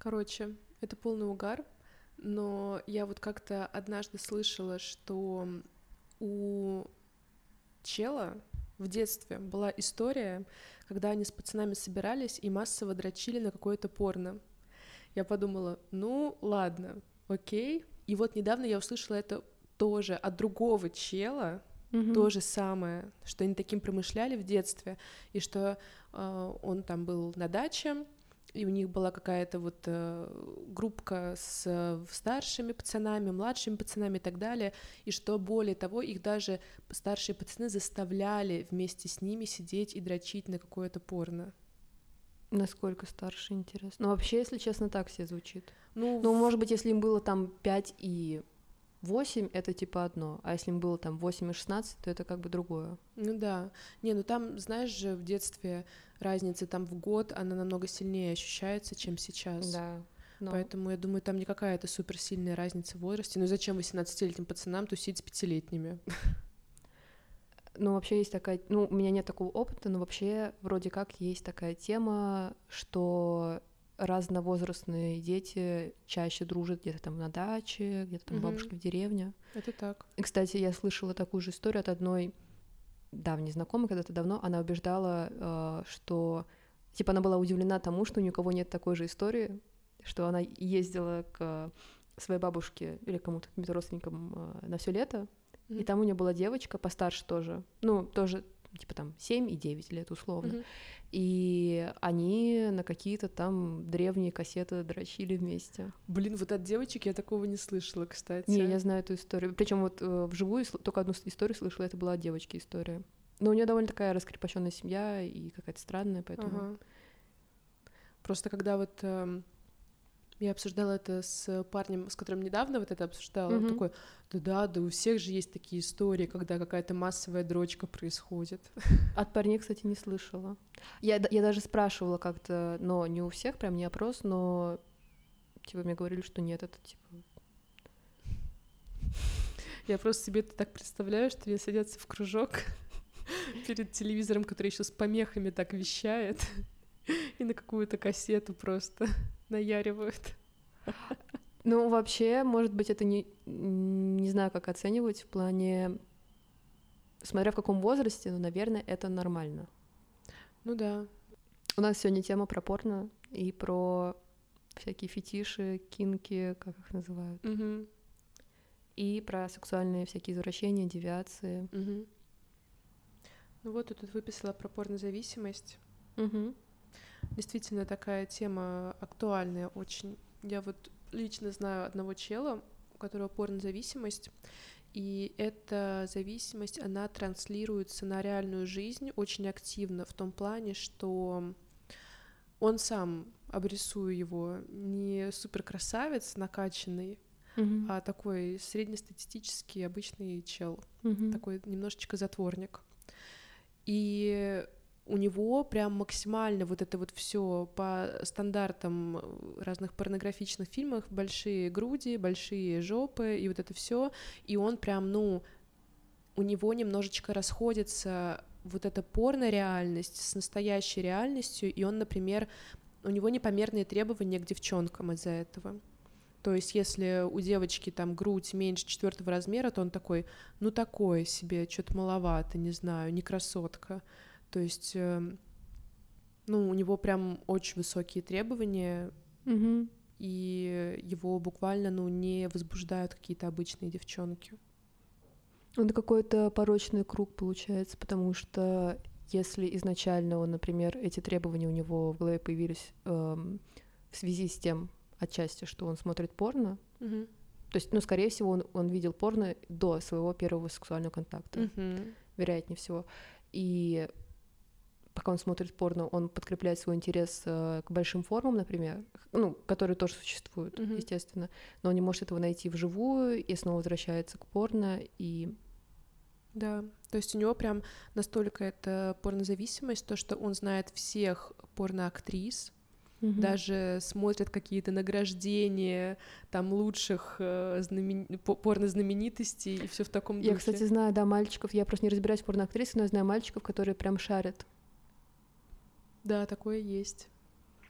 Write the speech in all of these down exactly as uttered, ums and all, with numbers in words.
Короче, это полный угар, но я вот как-то однажды слышала, что у чела в детстве была история, когда они с пацанами собирались и массово дрочили на какое-то порно. Я подумала, ну ладно, окей. И вот недавно я услышала это тоже от другого чела, Мгм. то же самое, что они таким промышляли в детстве, и что э, он там был на даче, и у них была какая-то вот э, группка с э, старшими пацанами, младшими пацанами и так далее, и что более того, их даже старшие пацаны заставляли вместе с ними сидеть и дрочить на какое-то порно. Насколько старше, интересно. Ну, вообще, если честно, так все звучит. Ну, Ну, в- может быть, если им было там пять и восемь, это типа одно, а если им было там восемь и шестнадцать, то это как бы другое. ну да. Не, ну там, знаешь же, в детстве разница там в год, она намного сильнее ощущается, чем сейчас. Да. Но, Поэтому я думаю, там не какая-то суперсильная разница в возрасте. Ну зачем восемнадцатилетним пацанам тусить с пятилетними? ну, вообще есть такая... Ну, у меня нет такого опыта, но вообще вроде как есть такая тема, что разновозрастные дети чаще дружат где-то там на даче, где-то там у Мгм. бабушки в деревне. Это так. И, кстати, я слышала такую же историю от одной давней знакомой, когда-то давно. Она убеждала, э, что... Типа она была удивлена тому, что ни у кого нет такой же истории, что она ездила к своей бабушке или кому-то, каким-то родственникам э, на все лето, и Мгм. там у нее была девочка постарше тоже, ну, тоже типа там семь и девять лет условно. Мгм. И они на какие-то там древние кассеты дрочили вместе. Блин, вот от девочек я такого не слышала, кстати. Не, я знаю эту историю. Причем вот э, вживую сл- только одну с- историю слышала, это была от девочки история. Но у нее довольно такая раскрепощенная семья и какая-то странная, поэтому. Ага. Просто когда вот эм, я обсуждала это с парнем, с которым недавно вот это обсуждала, он Мгм. такой, да-да, да у всех же есть такие истории, когда какая-то массовая дрочка происходит. От парней, кстати, не слышала. Я, д- я даже спрашивала как-то, но не у всех, прям не опрос, но типа мне говорили, что нет, это типа. Я просто себе это так представляю, что они садятся в кружок перед телевизором, который еще с помехами так вещает, и на какую-то кассету просто наяривают. Ну, вообще, может быть, это не, не знаю, как оценивать в плане, смотря в каком возрасте, но, наверное, это нормально. Ну да. У нас сегодня тема про порно и про всякие фетиши, кинки, как их называют, Мгм. и про сексуальные всякие извращения, девиации. Мгм. Ну вот, я тут выписала про порнозависимость. Мгм. Действительно, такая тема актуальная очень. Я вот лично знаю одного чела, у которого порнозависимость, и эта зависимость, она транслируется на реальную жизнь очень активно, в том плане, что он сам, обрисую его, не суперкрасавец накачанный, Мгм. а такой среднестатистический обычный чел, Мгм. такой немножечко затворник. И у него прям максимально вот это вот все по стандартам разных порнографичных фильмов, большие груди, большие жопы и вот это все, и он прям, ну, у него немножечко расходится вот эта порно-реальность с настоящей реальностью, и он, например, у него непомерные требования к девчонкам из-за этого. То есть, если у девочки там грудь меньше четвертого размера, то он такой, ну такое себе, что-то маловато, не знаю, не красотка. То есть, э, ну, у него прям очень высокие требования, Мгм. и его буквально, ну, не возбуждают какие-то обычные девчонки. Это какой-то порочный круг получается, потому что если изначально он, например, эти требования у него в голове появились эм, в связи с тем, отчасти, что он смотрит порно, Мгм. то есть, ну, скорее всего, он, он видел порно до своего первого сексуального контакта, Мгм. вероятнее всего. И пока он смотрит порно, он подкрепляет свой интерес э, к большим формам, например, ну, которые тоже существуют, Мгм. естественно, но он не может этого найти вживую и снова возвращается к порно, и Да, то есть у него прям настолько это порнозависимость, то, что он знает всех порноактрис, Мгм. даже смотрят какие-то награждения там лучших э, знамен... по- порнознаменитостей и все в таком Я, духе. кстати, знаю, да, мальчиков, я просто не разбираюсь в порноактрисах, но я знаю мальчиков, которые прям шарят. Да, такое есть.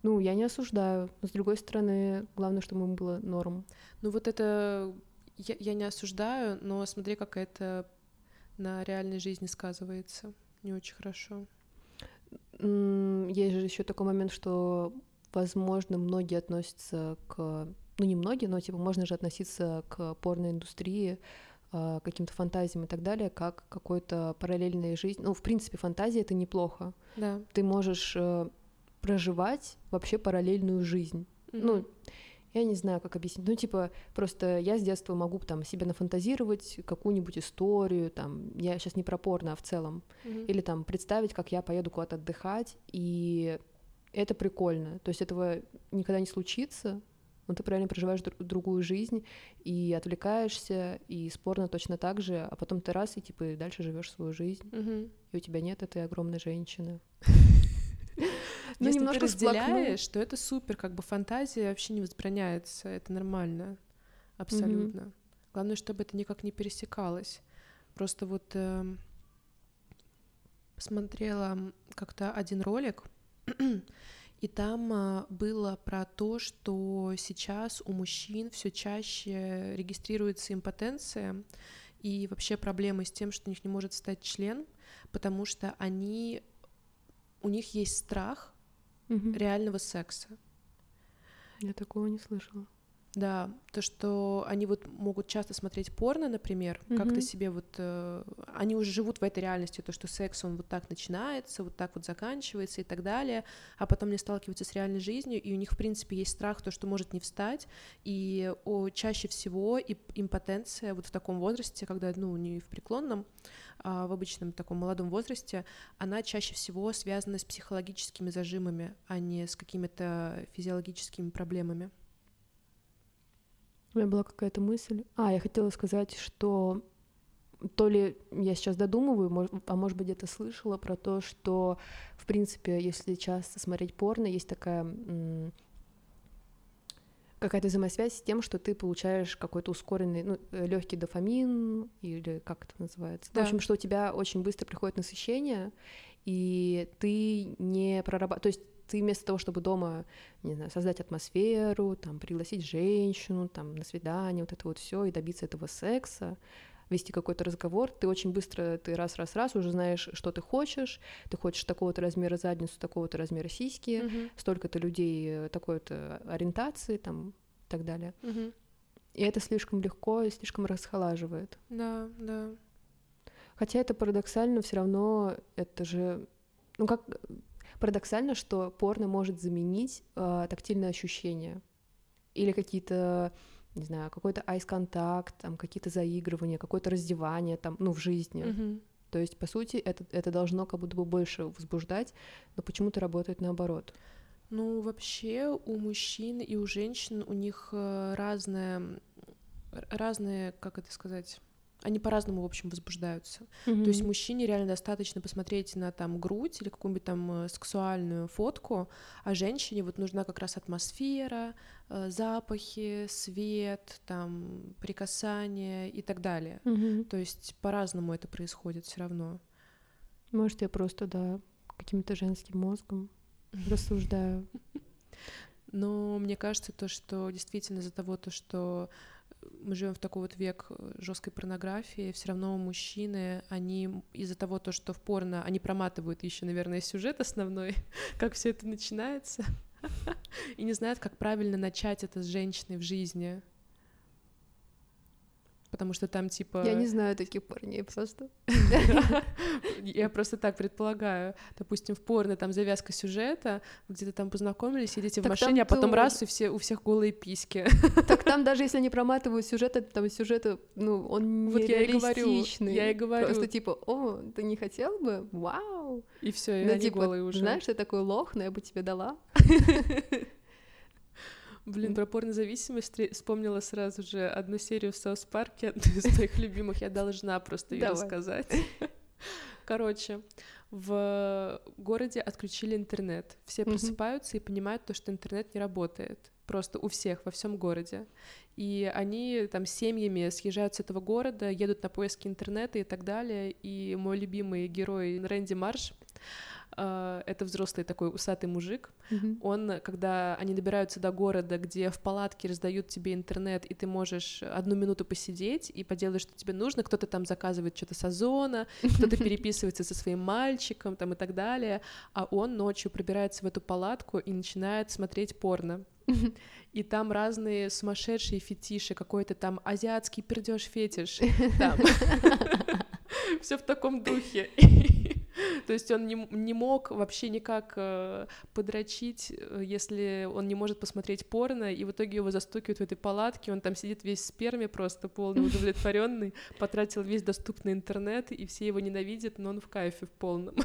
Ну, я не осуждаю. Но, с другой стороны, главное, чтобы ему было норм. Ну вот это я, я не осуждаю, но смотри, как это на реальной жизни сказывается. Не очень хорошо. Есть же еще такой момент, что, возможно, многие относятся к... Ну, не многие, но, типа, можно же относиться к порноиндустрии, к каким-то фантазиям и так далее, как к какой-то параллельной жизни. Ну, в принципе, фантазия — это неплохо. Да. Ты можешь проживать вообще параллельную жизнь. Mm-hmm. Ну, я не знаю, как объяснить. Ну, типа, просто я с детства могу там себе нафантазировать какую-нибудь историю, там, я сейчас не про порно, а в целом. Mm-hmm. Или там представить, как я поеду куда-то отдыхать, и это прикольно. То есть этого никогда не случится, но ты правильно проживаешь друг- другую жизнь и отвлекаешься, и с порно точно так же, а потом ты раз, и типа дальше живешь свою жизнь, Mm-hmm. и у тебя нет этой огромной женщины. Ну, если ты разделяешь, что это супер, как бы фантазия вообще не возбраняется, это нормально, абсолютно. Mm-hmm. Главное, чтобы это никак не пересекалось. Просто вот э, посмотрела как-то один ролик, и там э, было про то, что сейчас у мужчин все чаще регистрируется импотенция и вообще проблемы с тем, что у них не может встать член, потому что они, у них есть страх Mm-hmm. реального секса. Я такого не слышала. Да, то, что они вот могут часто смотреть порно, например, mm-hmm. как-то себе вот... Э, они уже живут в этой реальности, то, что секс, он вот так начинается, вот так вот заканчивается и так далее, а потом они сталкиваются с реальной жизнью, и у них, в принципе, есть страх, то, что может не встать, и о, чаще всего и импотенция вот в таком возрасте, когда, ну, не в преклонном, а в обычном таком молодом возрасте, она чаще всего связана с психологическими зажимами, а не с какими-то физиологическими проблемами. У меня была какая-то мысль. А, я хотела сказать, что то ли я сейчас додумываю, а может быть где-то слышала про то, что, в принципе, если часто смотреть порно, есть такая м- какая-то взаимосвязь с тем, что ты получаешь какой-то ускоренный, ну, легкий дофамин, или как это называется. Да. В общем, что у тебя очень быстро приходит насыщение, и ты не прорабатываешь... То есть ты вместо того, чтобы дома, не знаю, создать атмосферу, там, пригласить женщину, там, на свидание, вот это вот все и добиться этого секса, вести какой-то разговор, ты очень быстро, ты раз-раз-раз уже знаешь, что ты хочешь, ты хочешь такого-то размера задницу, такого-то размера сиськи, mm-hmm. столько-то людей, такой-то ориентации, там, и так далее. Mm-hmm. И это слишком легко и слишком расхолаживает. Да, да. Хотя это парадоксально, все равно это же, ну как... Парадоксально, что порно может заменить э, тактильные ощущения или какие-то, не знаю, какой-то айс-контакт, там, какие-то заигрывания, какое-то раздевание там, ну, в жизни. Mm-hmm. То есть, по сути, это, это должно как будто бы больше возбуждать, но почему-то работает наоборот. Ну, вообще у мужчин и у женщин у них разное, разные, как это сказать... Они по-разному, в общем, возбуждаются. Mm-hmm. То есть мужчине реально достаточно посмотреть на там грудь или какую-нибудь там сексуальную фотку, а женщине вот нужна как раз атмосфера, запахи, свет, там, прикасания и так далее. Mm-hmm. То есть по-разному это происходит все равно. Может, я просто, да, каким-то женским мозгом рассуждаю. Но мне кажется, то, что действительно из-за того, то, что мы живем в такой вот век жесткой порнографии, все равно мужчины, они из-за того, то, что в порно, они проматывают еще, наверное, сюжет основной, как все это начинается, и не знают, как правильно начать это с женщиной в жизни. Потому что там типа... Я не знаю таких парней просто. Я просто так предполагаю. Допустим, в порно там завязка сюжета, где-то там познакомились, сидите в машине, а потом раз, и все, у всех голые письки. Так там даже если они проматывают сюжет, там сюжет, ну, он вот нереалистичный. Я и говорю. Просто типа, о, ты не хотел бы? Вау! И все, и они типа, голые уже. Знаешь, ты такой лох, но я бы тебе дала. Блин, про порнозависимость вспомнила сразу же одну серию в Саус Парке, одну из твоих любимых, я должна просто ее рассказать. Короче, в городе отключили интернет. Все mm-hmm. просыпаются и понимают то, что интернет не работает. Просто у всех, во всем городе. И они там семьями съезжают с этого города, едут на поиски интернета и так далее. И мой любимый герой Рэнди Марш, Это взрослый такой усатый мужик. Mm-hmm. Он, когда они добираются до города, где в палатке раздают тебе интернет, и ты можешь одну минуту посидеть и поделать, что тебе нужно, кто-то там заказывает что-то с Озона, кто-то переписывается со своим мальчиком там, и так далее, а он ночью пробирается в эту палатку и начинает смотреть порно. И там разные сумасшедшие фетиши, какой-то там азиатский пердёж-фетиш, там все в таком духе. То есть он не, не мог вообще никак э, подрочить, если он не может посмотреть порно, и в итоге его застукивают в этой палатке, он там сидит весь в сперме, просто полный удовлетворенный, потратил весь доступный интернет, и все его ненавидят, но он в кайфе в полном.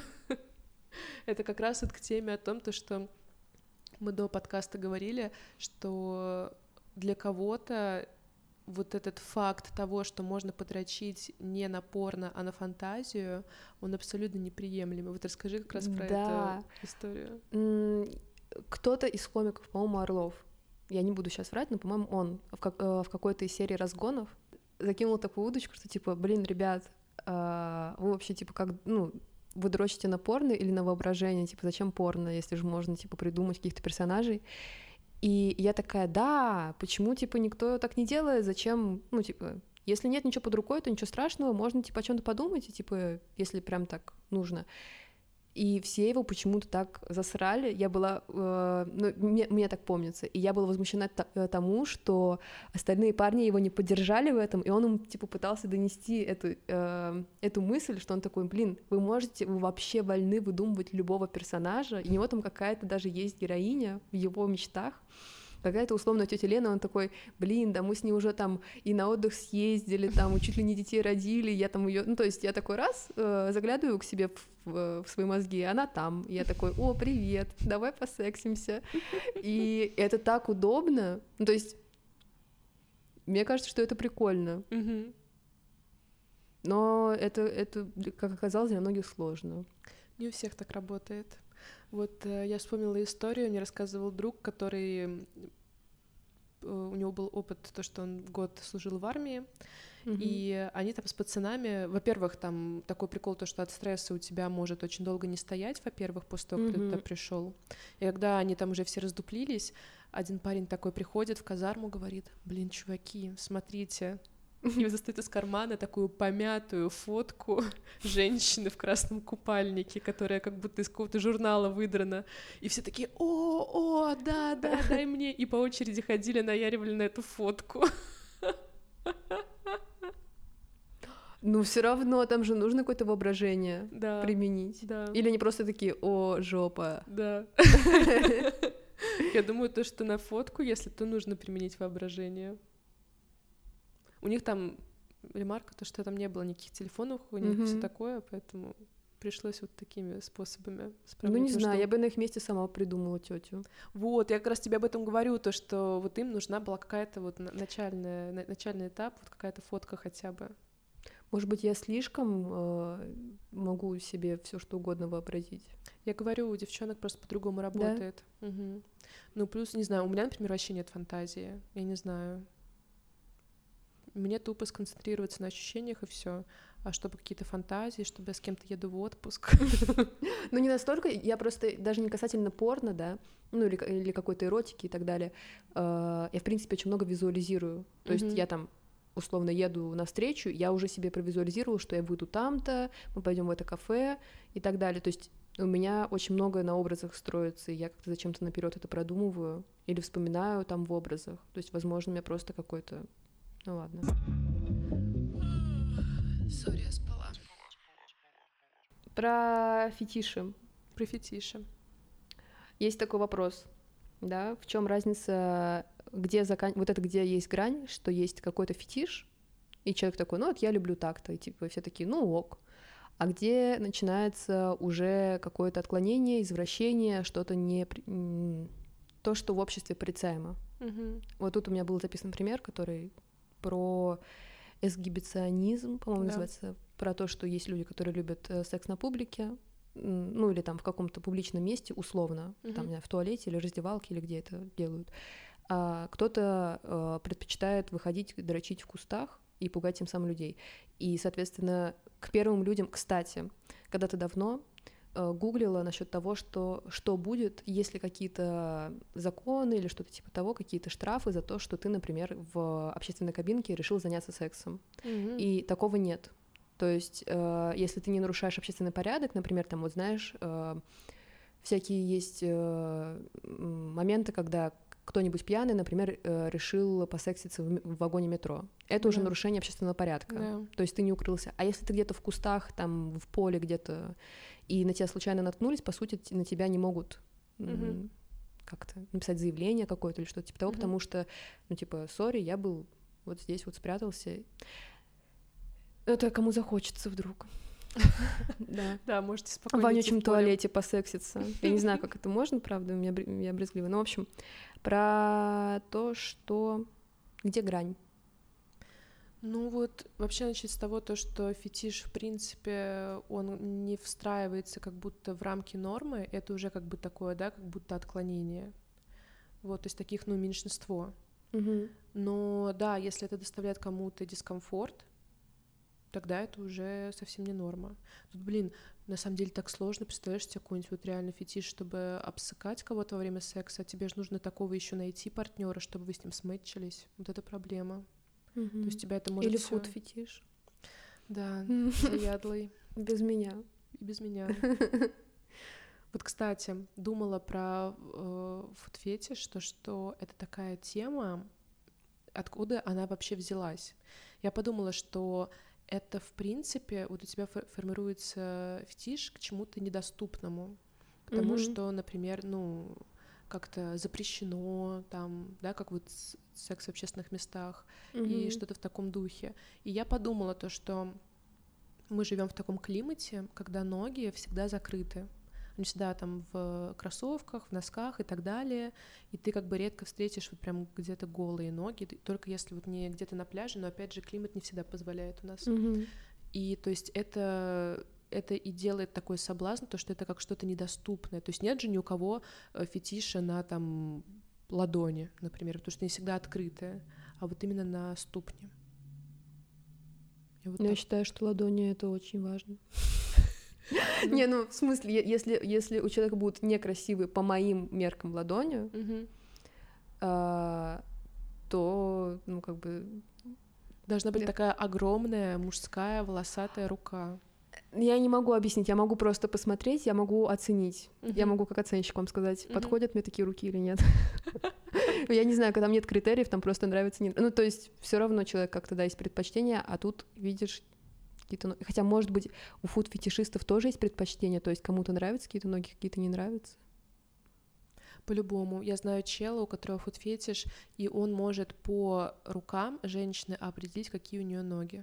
Это как раз вот к теме о том, то, что мы до подкаста говорили, что для кого-то вот этот факт того, что можно подрочить не на порно, а на фантазию, он абсолютно неприемлемый. Вот расскажи как раз про да. эту историю. Кто-то из комиков, по-моему, Орлов, я не буду сейчас врать, но, по-моему, он в, как- в какой-то из серий «Разгонов» закинул такую удочку, что типа, блин, ребят, вы вообще типа как, ну, вы дрочите на порно или на воображение, типа, зачем порно, если же можно, типа, придумать каких-то персонажей. И я такая, да, почему, типа, никто так не делает, зачем, ну, типа, если нет ничего под рукой, то ничего страшного, можно, типа, о чем-то подумать, и, типа, если прям так нужно. И все его почему-то так засрали, я была, э, ну, мне, мне так помнится, и я была возмущена т- тому, что остальные парни его не поддержали в этом, и он им, типа, пытался донести эту, э, эту мысль, что он такой, блин, вы можете, вы вообще вольны выдумывать любого персонажа, и у него там какая-то даже есть героиня в его мечтах, какая-то условная тетя Лена, он такой, блин, да мы с ней уже там и на отдых съездили, там, и чуть ли не детей родили, я там ее, ну, то есть я такой раз э, заглядываю к себе в, в, в свои мозги, она там, и я такой, о, привет, давай посексимся, и это так удобно, ну, то есть мне кажется, что это прикольно, Mm-hmm. но это, это, как оказалось, для многих сложно. Не у всех так работает. Вот э, я вспомнила историю, мне рассказывал друг, который... Э, у него был опыт, то, что он год служил в армии, mm-hmm. и они там с пацанами... Во-первых, там такой прикол, то, что от стресса у тебя может очень долго не стоять, во-первых, после того, как mm-hmm. ты туда пришел. И когда они там уже все раздуплились, один парень такой приходит в казарму, говорит, блин, чуваки, смотрите... И достает из кармана такую помятую фотку женщины в красном купальнике, которая как будто из какого-то журнала выдрана. И все такие, о, о, да, да, дай мне. И по очереди ходили, наяривали на эту фотку. Ну, все равно там же нужно какое-то воображение да, применить. Да. Или они просто такие, о, жопа. Да. Я думаю, то, что на фотку, если то нужно применить воображение. У них там ремарка, то, что там не было никаких телефонов, у них mm-hmm. все такое, поэтому пришлось вот такими способами справляться. Ну, не знаю, что... я бы на их месте сама придумала тетю. Вот, я как раз тебе об этом говорю, то, что вот им нужна была какая-то вот начальная, начальный этап, вот какая-то фотка хотя бы. Может быть, я слишком э, могу себе все что угодно вообразить. Я говорю, у девчонок просто по-другому работает. Да? Угу. Ну, плюс, не знаю, у меня, например, вообще нет фантазии, я не знаю. Мне тупо сконцентрироваться на ощущениях и все. А чтобы какие-то фантазии, чтобы я с кем-то еду в отпуск. Ну, не настолько, я просто, даже не касательно порно, да, ну, или, или какой-то эротики и так далее, я, в принципе, очень много визуализирую. То есть я там, условно, еду навстречу, я уже себе провизуализировала, что я выйду там-то, мы пойдем в это кафе и так далее. То есть у меня очень многое на образах строится, и я как-то зачем-то наперед это продумываю или вспоминаю там в образах. То есть, возможно, у меня просто какой-то... Ну ладно. Сори, я спала. Про фетиши. Про фетиши. Есть такой вопрос, да, в чем разница, где закан... вот это где есть грань, что есть какой-то фетиш, и человек такой, ну вот я люблю так-то, и типа все такие, ну ок. А где начинается уже какое-то отклонение, извращение, что-то не... то, что в обществе порицаемо. Угу. Вот тут у меня был записан пример, который про эксгибиционизм, по-моему, да. называется, про то, что есть люди, которые любят секс на публике, ну или там в каком-то публичном месте, условно, uh-huh. там, не знаю, в туалете или раздевалке, или где это делают. А кто-то э, предпочитает выходить, дрочить в кустах и пугать тем самым людей. И, соответственно, к первым людям, кстати, когда-то давно гуглила насчет того, что, что будет, если какие-то законы или что-то типа того, какие-то штрафы за то, что ты, например, в общественной кабинке решил заняться сексом. Mm-hmm. И такого нет. То есть, э, если ты не нарушаешь общественный порядок, например, там, вот знаешь, э, всякие есть э, моменты, когда кто-нибудь пьяный, например, э, решил посекситься в, в вагоне метро. Это Да. уже нарушение общественного порядка. Да. То есть ты не укрылся. А если ты где-то в кустах, там, в поле где-то, и на тебя случайно наткнулись, по сути, на тебя не могут Угу. как-то написать заявление какое-то или что-то типа того, угу. потому что, ну, типа, сори, я был вот здесь вот спрятался. Это кому захочется вдруг. Да. Да, можете спокойно. В вонючем туалете посекситься. Я не знаю, как это можно, правда, у меня я брезгливая. Но, в общем, про то, что... Где грань? Ну вот, вообще начать с того, то, что фетиш, в принципе, он не встраивается как будто в рамки нормы, это уже как бы такое, да, как будто отклонение. Вот, то есть таких, ну, меньшинство. Угу. Но да, если это доставляет кому-то дискомфорт, тогда это уже совсем не норма. Тут, блин, на самом деле так сложно, представляешь себе какой-нибудь вот реально фетиш, чтобы обсыкать кого-то во время секса, тебе же нужно такого еще найти партнера, чтобы вы с ним смэтчились. Вот это проблема. Угу. То есть тебя это может Или всё... фуд-фетиш. Да, заядлый. Без меня. И без меня. Вот, кстати, думала про э, фуд-фетиш, то, что это такая тема, откуда она вообще взялась. Я подумала, что это, в принципе, вот у тебя формируется фетиш к чему-то недоступному, к тому, Mm-hmm. что, например, ну, как-то запрещено, там, да, как вот секс в общественных местах, Mm-hmm. и что-то в таком духе. И я подумала то, что мы живем в таком климате, когда ноги всегда закрыты. Они всегда там в кроссовках, в носках и так далее, и ты как бы редко встретишь вот прям где-то голые ноги, только если вот не где-то на пляже, но опять же климат не всегда позволяет у нас. Mm-hmm. И то есть это, это и делает такой соблазн, то, что это как что-то недоступное. То есть нет же ни у кого фетиша на там ладони, например, потому что они всегда открытые, а вот именно на ступне. Вот я так... считаю, что ладони — это очень важно. Не, ну, в смысле, если, если у человека будут некрасивые по моим меркам ладони, угу. а, то, ну, как бы... Должна быть такая огромная мужская волосатая рука. Я не могу объяснить, я могу просто посмотреть, я могу оценить. Uh-huh. Я могу как оценщик вам сказать, uh-huh. подходят мне такие руки или нет. Я не знаю, когда там нет критериев, там просто нравится... Не... Ну, то есть все равно человек как-то, да, есть предпочтения, а тут видишь... Какие-то... Хотя, может быть, у фуд-фетишистов тоже есть предпочтения, то есть кому-то нравятся какие-то ноги, какие-то не нравятся. По-любому. Я знаю чела, у которого фуд-фетиш, и он может по рукам женщины определить, какие у нее ноги.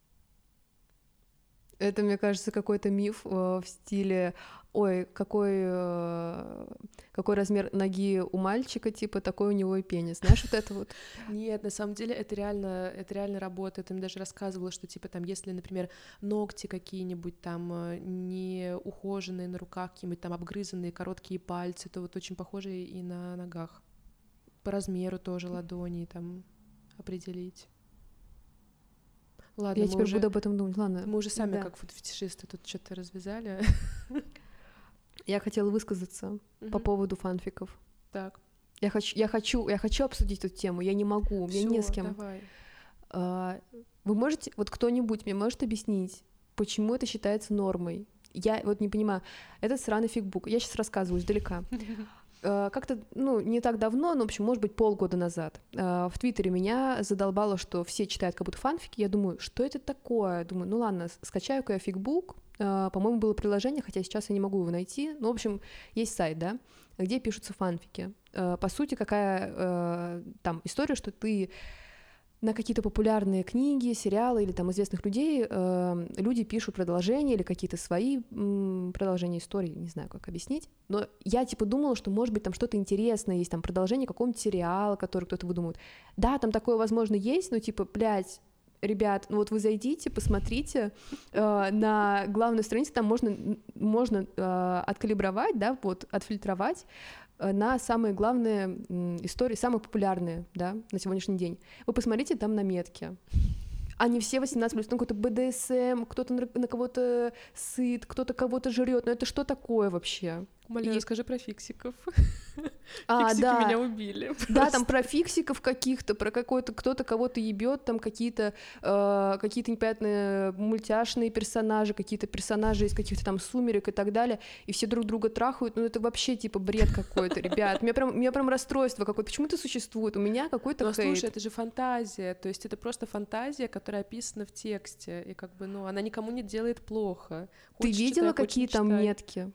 Это, мне кажется, какой-то миф э, в стиле, ой, какой, э, какой размер ноги у мальчика, типа, такой у него и пенис. Знаешь, вот это вот? Нет, на самом деле это реально, это реально работает. Ты мне даже рассказывала, что, типа, там, если, например, ногти какие-нибудь там не ухоженные на руках, какие-нибудь там обгрызанные короткие пальцы, то вот очень похоже и на ногах. По размеру тоже ладони там определить. Ладно, я теперь уже, буду об этом думать. Ладно. Мы уже сами, да. как фетишисты, тут что-то развязали. Я хотела высказаться uh-huh. по поводу фанфиков. Так. Я хочу, я хочу, я хочу обсудить эту тему. Я не могу, мне не с кем. Давай. А, вы можете, вот кто-нибудь мне может объяснить, почему это считается нормой? Я вот не понимаю. Этот сраный фигбук. Я сейчас рассказываю издалека. Как-то, ну, не так давно, но, в общем, может быть, полгода назад в Твиттере меня задолбало, что все читают как будто фанфики. Я думаю, что это такое? Думаю, ну ладно, скачаю-ка я фигбук. По-моему, было приложение, хотя сейчас я не могу его найти. Ну, в общем, есть сайт, да, где пишутся фанфики. По сути, какая там история, что ты на какие-то популярные книги, сериалы или там известных людей э, люди пишут продолжения или какие-то свои м, продолжения истории, не знаю, как объяснить. Но я типа думала, что может быть там что-то интересное есть, там продолжение какого-нибудь сериала, который кто-то выдумывает. Да, там такое, возможно, есть, но типа, блядь, ребят, ну вот вы зайдите, посмотрите э, на главной странице, там можно, можно э, откалибровать, да, вот, отфильтровать на самые главные истории, самые популярные, да, на сегодняшний день. Вы посмотрите там наметки. Они все восемнадцать плюс, ну какой-то бэ дэ эс эм, кто-то на, на кого-то сыт, кто-то кого-то жрет. Ну это что такое вообще? Умоляю, И- расскажи про фиксиков. А, Фиксики да. меня убили. Да, просто. там про фиксиков каких-то, про какой-то кто-то кого-то ебет, там какие-то э, какие-то непонятные мультяшные персонажи, какие-то персонажи из каких-то там сумерек и так далее, и все друг друга трахают. Ну это вообще типа бред какой-то, ребят. У меня прям, у меня прям расстройство какое-то. Почему это существует? У меня какой-то Но хейт. слушай, это же фантазия, то есть это просто фантазия, которая описана в тексте, и как бы, ну, она никому не делает плохо. Ты Хочешь видела, читай, какие хочешь там читай. метки?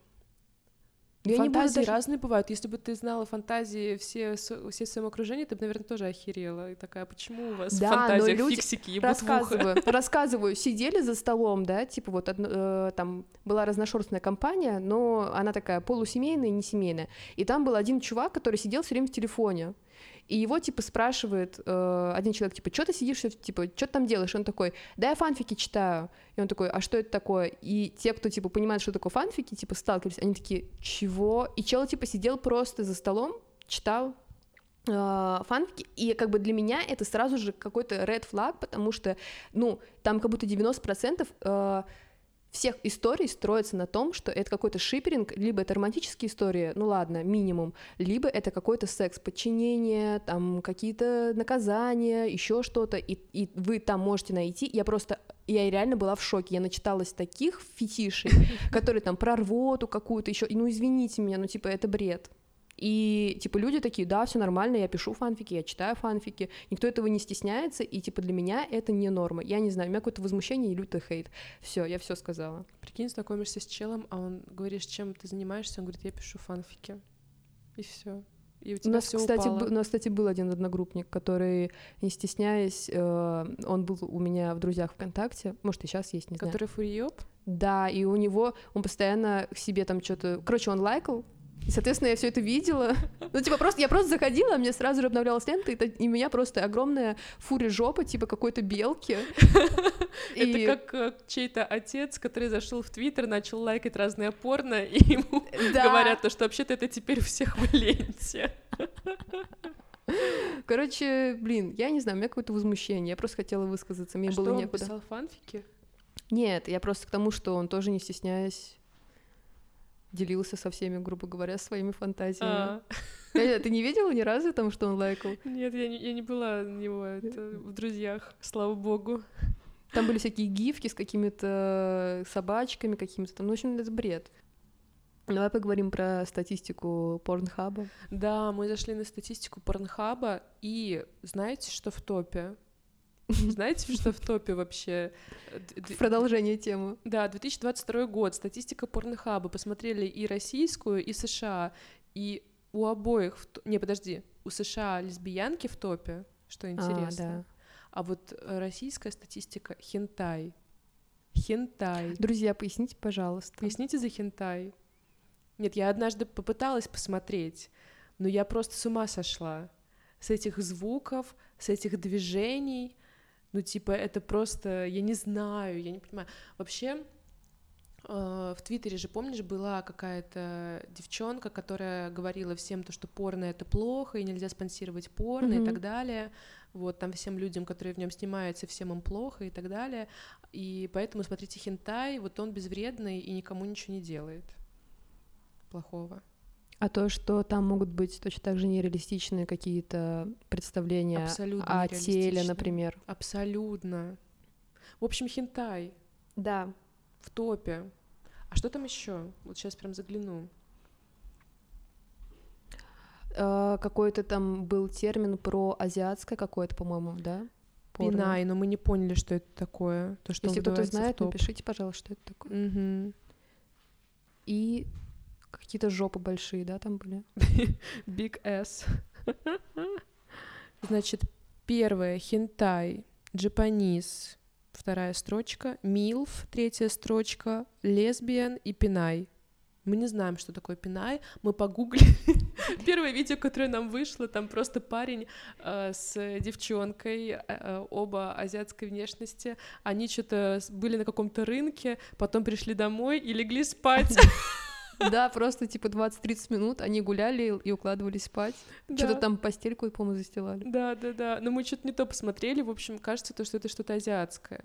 Я не буду Фантазии даже- разные бывают. Если бы ты знала фантазии все, с- все в своем окружении, ты бы, наверное, тоже охерела. И такая, почему у вас Да, в но фантазиях люди- фиксики ебут в ухо? Рассказываю, рассказываю. Сидели за столом, да, типа вот одно- э, там была разношерстная компания, но она такая полусемейная и несемейная. И там был один чувак, который сидел все время в телефоне. И его, типа, спрашивает э, один человек, типа, что ты сидишь, всё- типа, что ты там делаешь? Он такой, да я фанфики читаю. И он такой, а что это такое? И те, кто, типа, понимает, что такое фанфики, типа, сталкивались, они такие, чего? И чел, типа, сидел просто за столом, читал э, фанфики, и как бы для меня это сразу же какой-то red flag, потому что, ну, там как будто девяносто процентов э, всех историй строится на том, что это какой-то шиперинг, либо это романтические истории, ну ладно, минимум, либо это какой-то секс, подчинение, там какие-то наказания, еще что-то, и, и вы там можете найти. Я просто, я реально была в шоке, я начиталась таких фетишей, которые там про рвоту какую-то еще, ну извините меня, ну типа это бред. И, типа, люди такие, да, все нормально, я пишу фанфики, я читаю фанфики, никто этого не стесняется, и, типа, для меня это не норма. Я не знаю, у меня какое-то возмущение и лютый хейт. Все, я все сказала. Прикинь, знакомишься с челом, а он говоришь, чем ты занимаешься, он говорит, я пишу фанфики. И все. И у У тебя нас, все кстати, упало. был, у нас, кстати, был один одногруппник, который, не стесняясь, э, он был у меня в друзьях ВКонтакте, может, и сейчас есть, не знаю. Который фуриёб? Да, и у него, он постоянно к себе там что-то... Короче, он лайкал, и, соответственно, я все это видела. Ну, типа, просто я просто заходила, мне сразу же обновлялась лента, и, та- и у меня просто огромная фури жопа, типа какой-то белки. И- Это как э, чей-то отец, который зашел в Твиттер, начал лайкать разное порно, и ему Да. говорят, то, что вообще-то это теперь у всех в ленте. Короче, блин, я не знаю, у меня какое-то возмущение, я просто хотела высказаться, мне А было что, он некуда. писал фанфики? Нет, я просто к тому, что он тоже, не стесняясь, делился со всеми, грубо говоря, своими фантазиями. А, Э, Ты не видела ни разу там, что он лайкал? Нет, я не, я не была у него это, в друзьях, слава богу. Там были всякие гифки с какими-то собачками, какими-то там, ну, в общем, это бред. Давай поговорим про статистику Порнхаба. Да, мы зашли на статистику Порнхаба, и знаете, что в топе? Знаете, что в топе вообще? Д- д- Продолжение темы. Да, две тысячи двадцать второй год, статистика Порнхаба. Посмотрели и российскую, и США, и у обоих... в т- Не, подожди, у США лесбиянки в топе, что интересно. да. А вот э, российская статистика — хентай. Хентай. Друзья, поясните, пожалуйста. Поясните за хентай. Нет, я однажды попыталась посмотреть, но я просто с ума сошла. С этих звуков, с этих движений. Ну, типа, это просто... Я не знаю, я не понимаю. Вообще, э, в Твиттере же, помнишь, была какая-то девчонка, которая говорила всем то, что порно — это плохо, и нельзя спонсировать порно, Мгм. и так далее. Вот, там всем людям, которые в нем снимаются, всем им плохо, и так далее. И поэтому смотрите хентай, вот он безвредный и никому ничего не делает плохого. А то, что там могут быть точно так же нереалистичные какие-то представления Абсолютно о теле, нереалистичные. например. Абсолютно. В общем, хентай Да. в топе. А что там еще? Вот сейчас прям загляну. Э, Какой-то там был термин про азиатское какое-то, по-моему, да? Порно. Пинай, но мы не поняли, что это такое. То, что Если кто-то выдувается в знает, топ. напишите, пожалуйста, что это такое. Мгм. И какие-то жопы большие, да, там были? Big S. Значит, первое — хентай, джапанис, вторая строчка, милф, третья строчка, лесбиян и пинай. Мы не знаем, что такое пинай, мы погуглили. Первое видео, которое нам вышло, там просто парень э, с девчонкой, э, э, оба азиатской внешности, они что-то были на каком-то рынке, потом пришли домой и легли спать. Да, просто типа двадцать-тридцать минут они гуляли и укладывались спать. Да. Что-то там постельку, по-моему, застилали. Да, да, да. Но мы что-то не то посмотрели. В общем, кажется, то, что это что-то азиатское.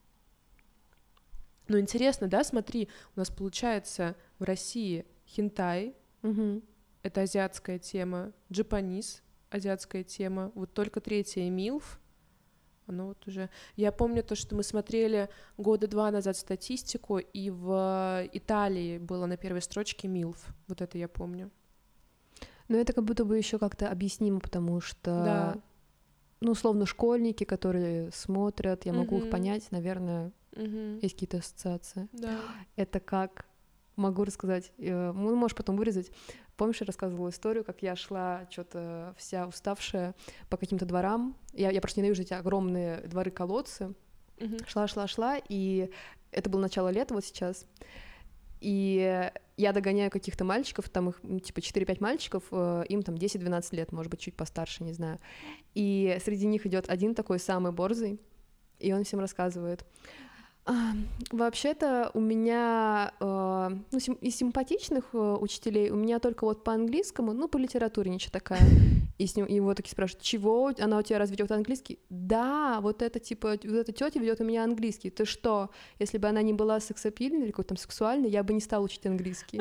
Ну, интересно, да, смотри, у нас получается в России хентай, Угу. это азиатская тема, джапанис, азиатская тема, вот только третья милф, оно вот уже... Я помню то, что мы смотрели года два назад статистику, и в Италии было на первой строчке милф, вот это я помню. Но это как будто бы еще как-то объяснимо, потому что, Да. ну, условно, школьники, которые смотрят, я могу Мгм. их понять, наверное, Мгм. есть какие-то ассоциации. Да. Это как, могу рассказать, э, ну, можешь потом вырезать. Помнишь, я рассказывала историю, как я шла что-то вся уставшая по каким-то дворам. Я, я просто ненавижу эти огромные дворы-колодцы. Мгм. Шла, шла, шла, и это было начало лета вот сейчас. И я догоняю каких-то мальчиков, там их м, типа четыре-пять мальчиков, э, им там десять-двенадцать лет, может быть, чуть постарше, не знаю. И среди них идет один такой самый борзый, и он всем рассказывает: «А, вообще-то у меня э, ну, сим- из симпатичных э, учителей у меня только вот по английскому, ну, по литературе ничего такая». И с ним и его такие спрашивают: чего? Она у тебя разве ведет английский? Да, вот это типа, вот эта тетя ведет у меня английский. Ты что? Если бы она не была сексапильной или какой-то там сексуальной, я бы не стала учить английский.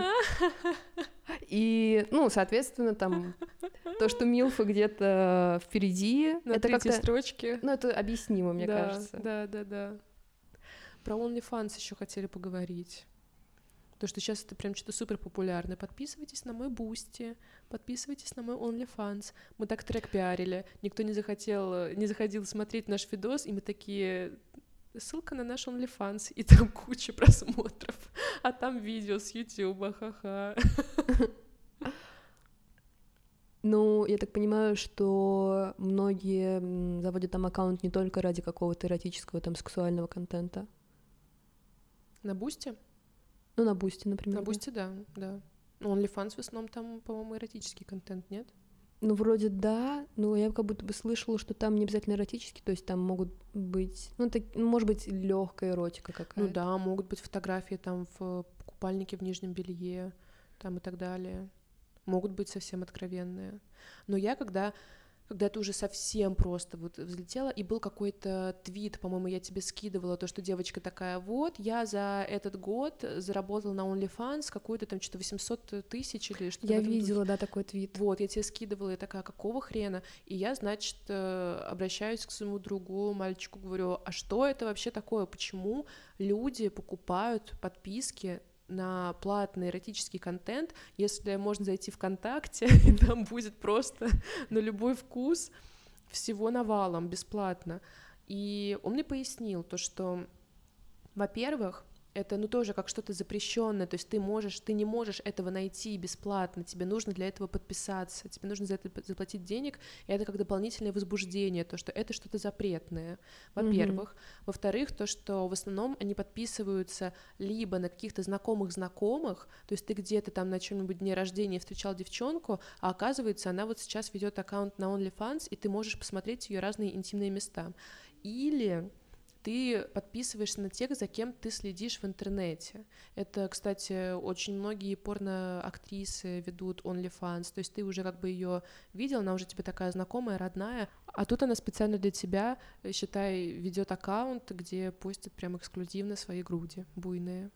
И, ну, соответственно, там то, что милфы где-то впереди, На это третьей как-то, строчке. ну, это объяснимо, мне Да, кажется. да, да, да. Про OnlyFans еще хотели поговорить. Потому что сейчас это прям что-то супер популярное. Подписывайтесь на мой Бусти, подписывайтесь на мой OnlyFans. Мы так трек пиарили. Никто не захотел, не заходил смотреть наш видос, и мы такие... Ссылка на наш OnlyFans, и там куча просмотров. А там видео с Ютуба, ха-ха. Ну, я так понимаю, что многие м, заводят там аккаунт не только ради какого-то эротического, там, сексуального контента. На Бусти? Ну, на Бусти, например. На да. Бусти, да, да. Ну, OnlyFans в основном там, по-моему, эротический контент, нет? Ну, вроде да, но я как будто бы слышала, что там не обязательно эротический, то есть там могут быть, ну, так, ну, может быть, легкая эротика какая-то. Ну да, могут быть фотографии там в купальнике в нижнем белье, там и так далее. Могут быть совсем откровенные. Но я когда, когда это уже совсем просто вот взлетело, и был какой-то твит, по-моему, я тебе скидывала, то, что девочка такая: вот, я за этот год заработала на OnlyFans какую-то там что-то восемьсот тысяч или что-то Я в этом духе. видела, да, такой твит. Вот, я тебе скидывала, я такая: какого хрена? И я, значит, э, обращаюсь к своему другу, мальчику, говорю: а что это вообще такое? Почему люди покупают подписки на платный эротический контент, если можно зайти ВКонтакте, и там будет просто на любой вкус всего навалом, бесплатно. И он мне пояснил то, что, во-первых, это, ну, тоже как что-то запрещенное, то есть ты можешь, ты не можешь этого найти бесплатно, тебе нужно для этого подписаться, тебе нужно за это заплатить денег, и это как дополнительное возбуждение, то, что это что-то запретное, во-первых. Mm-hmm. Во-вторых, то, что в основном они подписываются либо на каких-то знакомых знакомых, то есть ты где-то там на чем-нибудь дне рождения встречал девчонку, а оказывается, она вот сейчас ведет аккаунт на OnlyFans, и ты можешь посмотреть ее разные интимные места. Или ты подписываешься на тех, за кем ты следишь в интернете. Это, кстати, очень многие порноактрисы ведут OnlyFans, то есть ты уже как бы ее видел, она уже тебе такая знакомая, родная, а тут она специально для тебя, считай, ведет аккаунт, где постит прям эксклюзивно свои груди буйные.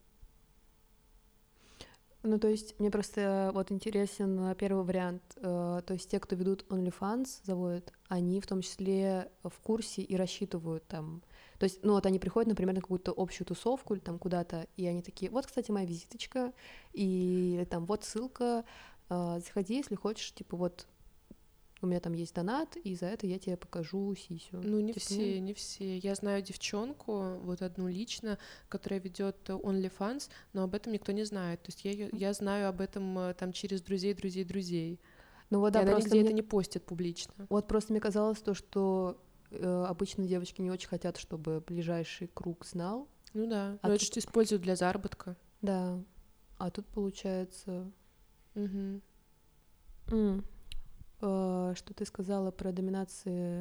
Ну, то есть мне просто вот интересен первый вариант. То есть те, кто ведут OnlyFans, заводят, они в том числе в курсе и рассчитывают там. То есть, ну вот они приходят, например, на какую-то общую тусовку или там куда-то, и они такие: вот, кстати, моя визиточка, и там вот ссылка, заходи, если хочешь, типа вот у меня там есть донат, и за это я тебе покажу сисю. Ну, не типа, все, не все. Я знаю девчонку, вот одну лично, которая ведет OnlyFans, но об этом никто не знает. То есть я, я знаю об этом там через друзей, друзей, друзей. Ну, вот, да, и она нигде мне... это не постит публично. Вот просто мне казалось то, что э, обычно девочки не очень хотят, чтобы ближайший круг знал. Ну да, а но тут... это же используют для заработка. Да, а тут получается... Угу. Mm. Uh, что ты сказала про доминацию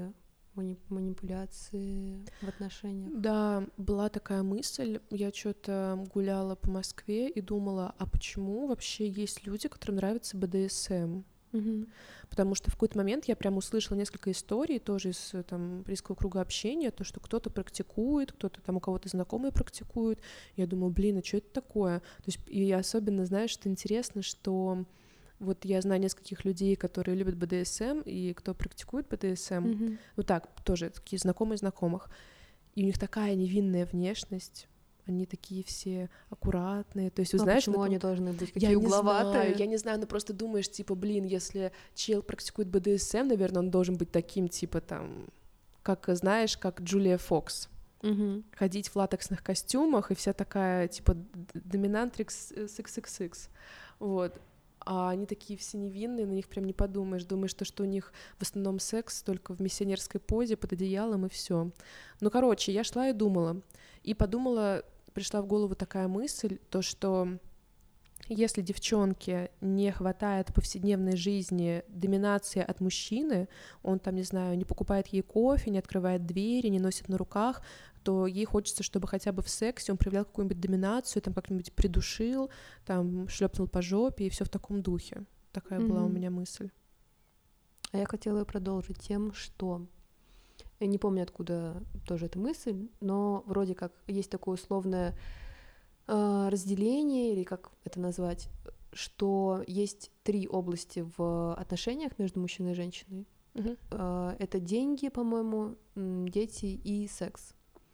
мани- манипуляции в отношениях. Да, была такая мысль. Я что-то гуляла по Москве и думала, а почему вообще есть люди, которым нравится бэ дэ эс эм? Мгм. Потому что в какой-то момент я прям услышала несколько историй тоже из там близкого круга общения, то, что кто-то практикует, кто-то там у кого-то знакомые практикуют. Я думаю, блин, а что это такое? То есть и особенно, знаешь, что интересно, что вот я знаю нескольких людей, которые любят бэ дэ эс эм и кто практикует бэ дэ эс эм. Мгм. Ну так, тоже такие знакомые знакомых. И у них такая невинная внешность. Они такие все аккуратные. То есть, вы А знаешь, почему например, они должны быть я такие не угловатые? знаю, я не знаю, но просто думаешь, типа, блин, если чел практикует бэ дэ эс эм, наверное, он должен быть таким, типа, там, как, знаешь, как Джулия Фокс. Мгм. Ходить в латексных костюмах и вся такая, типа, доминантрикс с икс икс икс. Вот. А они такие все невинные, на них прям не подумаешь. Думаешь, то, что у них в основном секс только в миссионерской позе, под одеялом и все. Ну, короче, я шла и думала. И подумала, пришла в голову такая мысль, то, что если девчонке не хватает в повседневной жизни доминации от мужчины, он там, не знаю, не покупает ей кофе, не открывает двери, не носит на руках, то ей хочется, чтобы хотя бы в сексе он проявлял какую-нибудь доминацию, там как-нибудь придушил, там шлепнул по жопе и все в таком духе. Такая была у Мгм. меня мысль. А я хотела продолжить тем, что я не помню, откуда тоже эта мысль, но вроде как есть такое условное э, разделение, или как это назвать, что есть три области в отношениях между мужчиной и женщиной. Мгм. Э, это деньги, по-моему, м, дети и секс.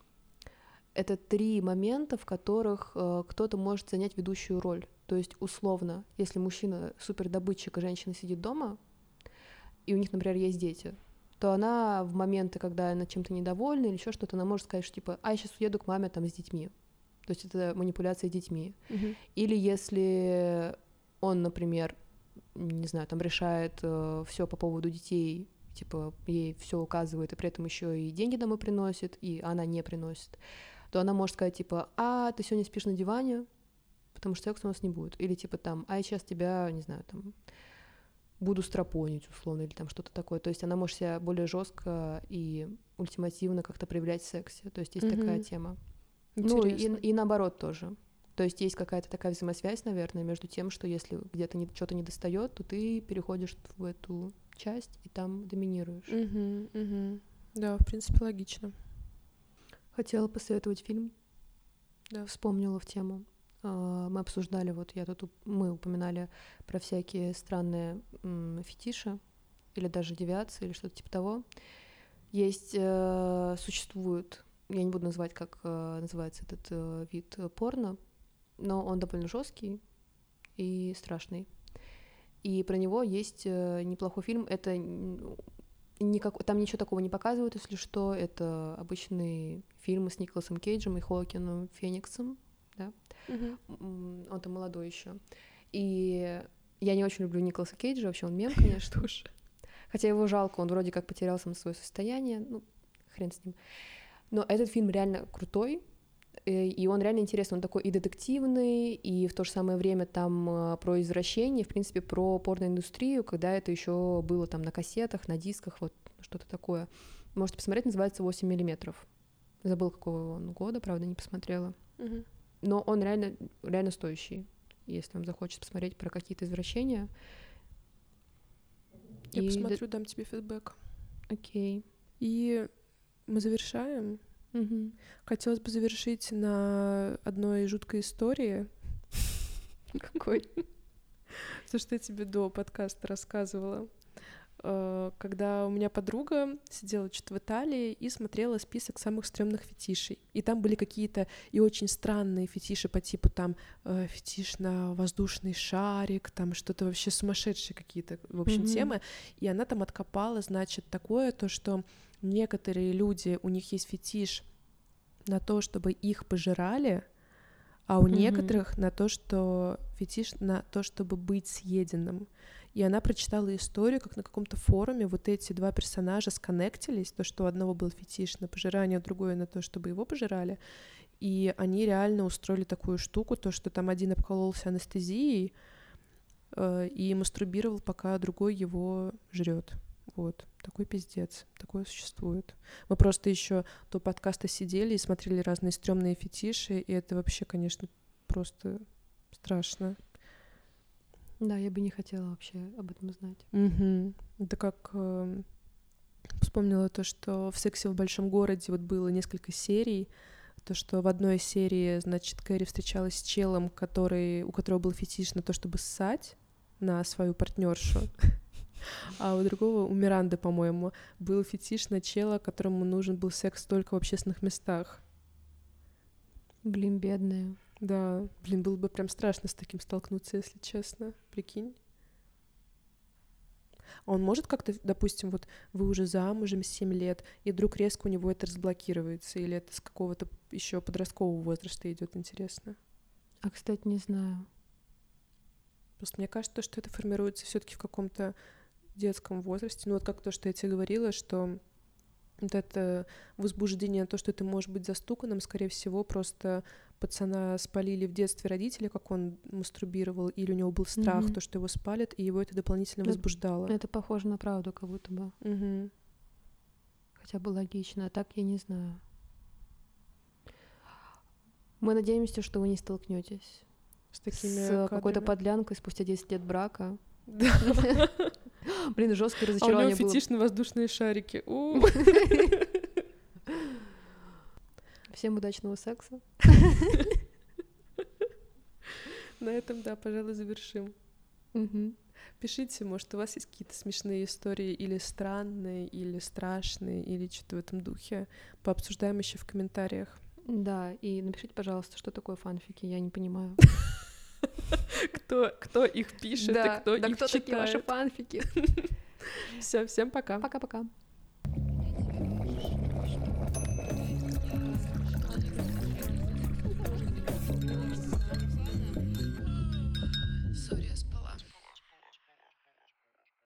Это три момента, в которых э, кто-то может занять ведущую роль. То есть, условно, если мужчина супердобытчик, а женщина сидит дома, и у них, например, есть дети, то она в моменты, когда она чем-то недовольна или еще что-то, она может сказать, что типа, а я сейчас уеду к маме там с детьми. То есть это манипуляция детьми. Мгм. Или если он, например, не знаю, там решает э, все по поводу детей, типа ей все указывает, и при этом еще и деньги домой приносит, и она не приносит, то она может сказать, типа, а, ты сегодня спишь на диване, потому что секса у нас не будет. Или типа там, а я сейчас тебя, не знаю, там, буду стропонить, условно, или там что-то такое. То есть она может себя более жестко и ультимативно как-то проявлять в сексе. То есть есть Мгм. такая тема. Ну и, Интересно. и наоборот тоже. То есть есть какая-то такая взаимосвязь, наверное, между тем, что если где-то не, что-то не достает, то ты переходишь в эту часть и там доминируешь. Мгм. Мгм. Да, в принципе, логично. Хотела посоветовать фильм, Да. вспомнила в тему. А, Мы обсуждали, вот я тут, уп- мы упоминали про всякие странные м, фетиши или даже девиации или что-то типа того. Есть, э, существует, я не буду называть, как э, называется этот э, вид э, порно, но он довольно жесткий и страшный. И про него есть э, неплохой фильм. Это н- никак... Там ничего такого не показывают, если что. Это обычный фильм с Николасом Кейджем и Хоакином Фениксом. Да? Мгм. М, Он-то молодой еще. И я не очень люблю Николаса Кейджа, вообще он мем, конечно. Тоже. Хотя его жалко, он вроде как потерял сам свое состояние. Ну, хрен с ним. Но этот фильм реально крутой, э, и он реально интересный. Он такой и детективный, и в то же самое время там э, про извращение, в принципе, про порноиндустрию, когда это еще было там на кассетах, на дисках, вот что-то такое. Можете посмотреть, называется восемь миллиметров. Забыл, какого он года, правда, не посмотрела. Мгм. Но он реально, реально стоящий, если вам захочется посмотреть про какие-то извращения. Я И д- посмотрю, дам тебе фидбэк. окей. И мы завершаем. Мгм. Хотелось бы завершить на одной жуткой истории, Какой? то, что я тебе до подкаста рассказывала. Э, Когда у меня подруга сидела что-то в Италии и смотрела список самых стрёмных фетишей. И там были какие-то и очень странные фетиши по типу там э, фетиш на воздушный шарик, там что-то вообще сумасшедшие какие-то, в общем, Мгм. темы. И она там откопала, значит, такое, то, что некоторые люди, у них есть фетиш на то, чтобы их пожирали, а у Мгм. некоторых на то, что фетиш на то, чтобы быть съеденным. И она прочитала историю, как на каком-то форуме вот эти два персонажа сконнектились, то, что у одного был фетиш на пожирание, а у другой на то, чтобы его пожирали. И они реально устроили такую штуку, то, что там один обкололся анестезией э, и мастурбировал, пока другой его жрет. Вот. такой пиздец, такое существует. Мы просто еще до подкаста сидели и смотрели разные стрёмные фетиши, и это вообще, конечно, просто страшно. Да, я бы не хотела вообще об этом знать. Угу. Это как... Э, вспомнила то, что в «Сексе в большом городе» вот было несколько серий, то, что в одной серии, значит, Кэрри встречалась с челом, который, у которого был фетиш на то, чтобы ссать на свою партнершу. А у другого, у Миранды, по-моему, был фетиш на чела, которому нужен был секс только в общественных местах. Блин, бедная. Да, блин, было бы прям страшно с таким столкнуться, если честно. Прикинь. А он может как-то, допустим, вот вы уже замужем семь лет, и вдруг резко у него это разблокируется, или это с какого-то еще подросткового возраста идет, интересно? А, кстати, не знаю. Просто мне кажется, что это формируется все-таки в каком-то детском возрасте. Ну вот как то, что я тебе говорила, что вот это возбуждение, то, что ты можешь быть застуканным, скорее всего, просто пацана спалили в детстве родители, как он мастурбировал, или у него был страх, mm-hmm. то, что его спалят, и его это дополнительно это, возбуждало. Это похоже на правду, как будто бы. Mm-hmm. Хотя бы логично, а так я не знаю. Мы надеемся, что вы не столкнетесь с такими с кадрами. Какой-то подлянкой спустя десять лет брака. Да. Блин, жесткое разочарование было. А у него фетиш на воздушные шарики. Всем удачного секса. На этом, да, пожалуй, завершим. Угу. Пишите, может, у вас есть какие-то смешные истории, или странные, или страшные, или что-то в этом духе. Пообсуждаем еще в комментариях. Да, и напишите, пожалуйста, что такое фанфики, я не понимаю. Кто, кто их пишет, да, и кто да их кто читает. Такие ваши фанфики? Все, всем пока. Пока-пока.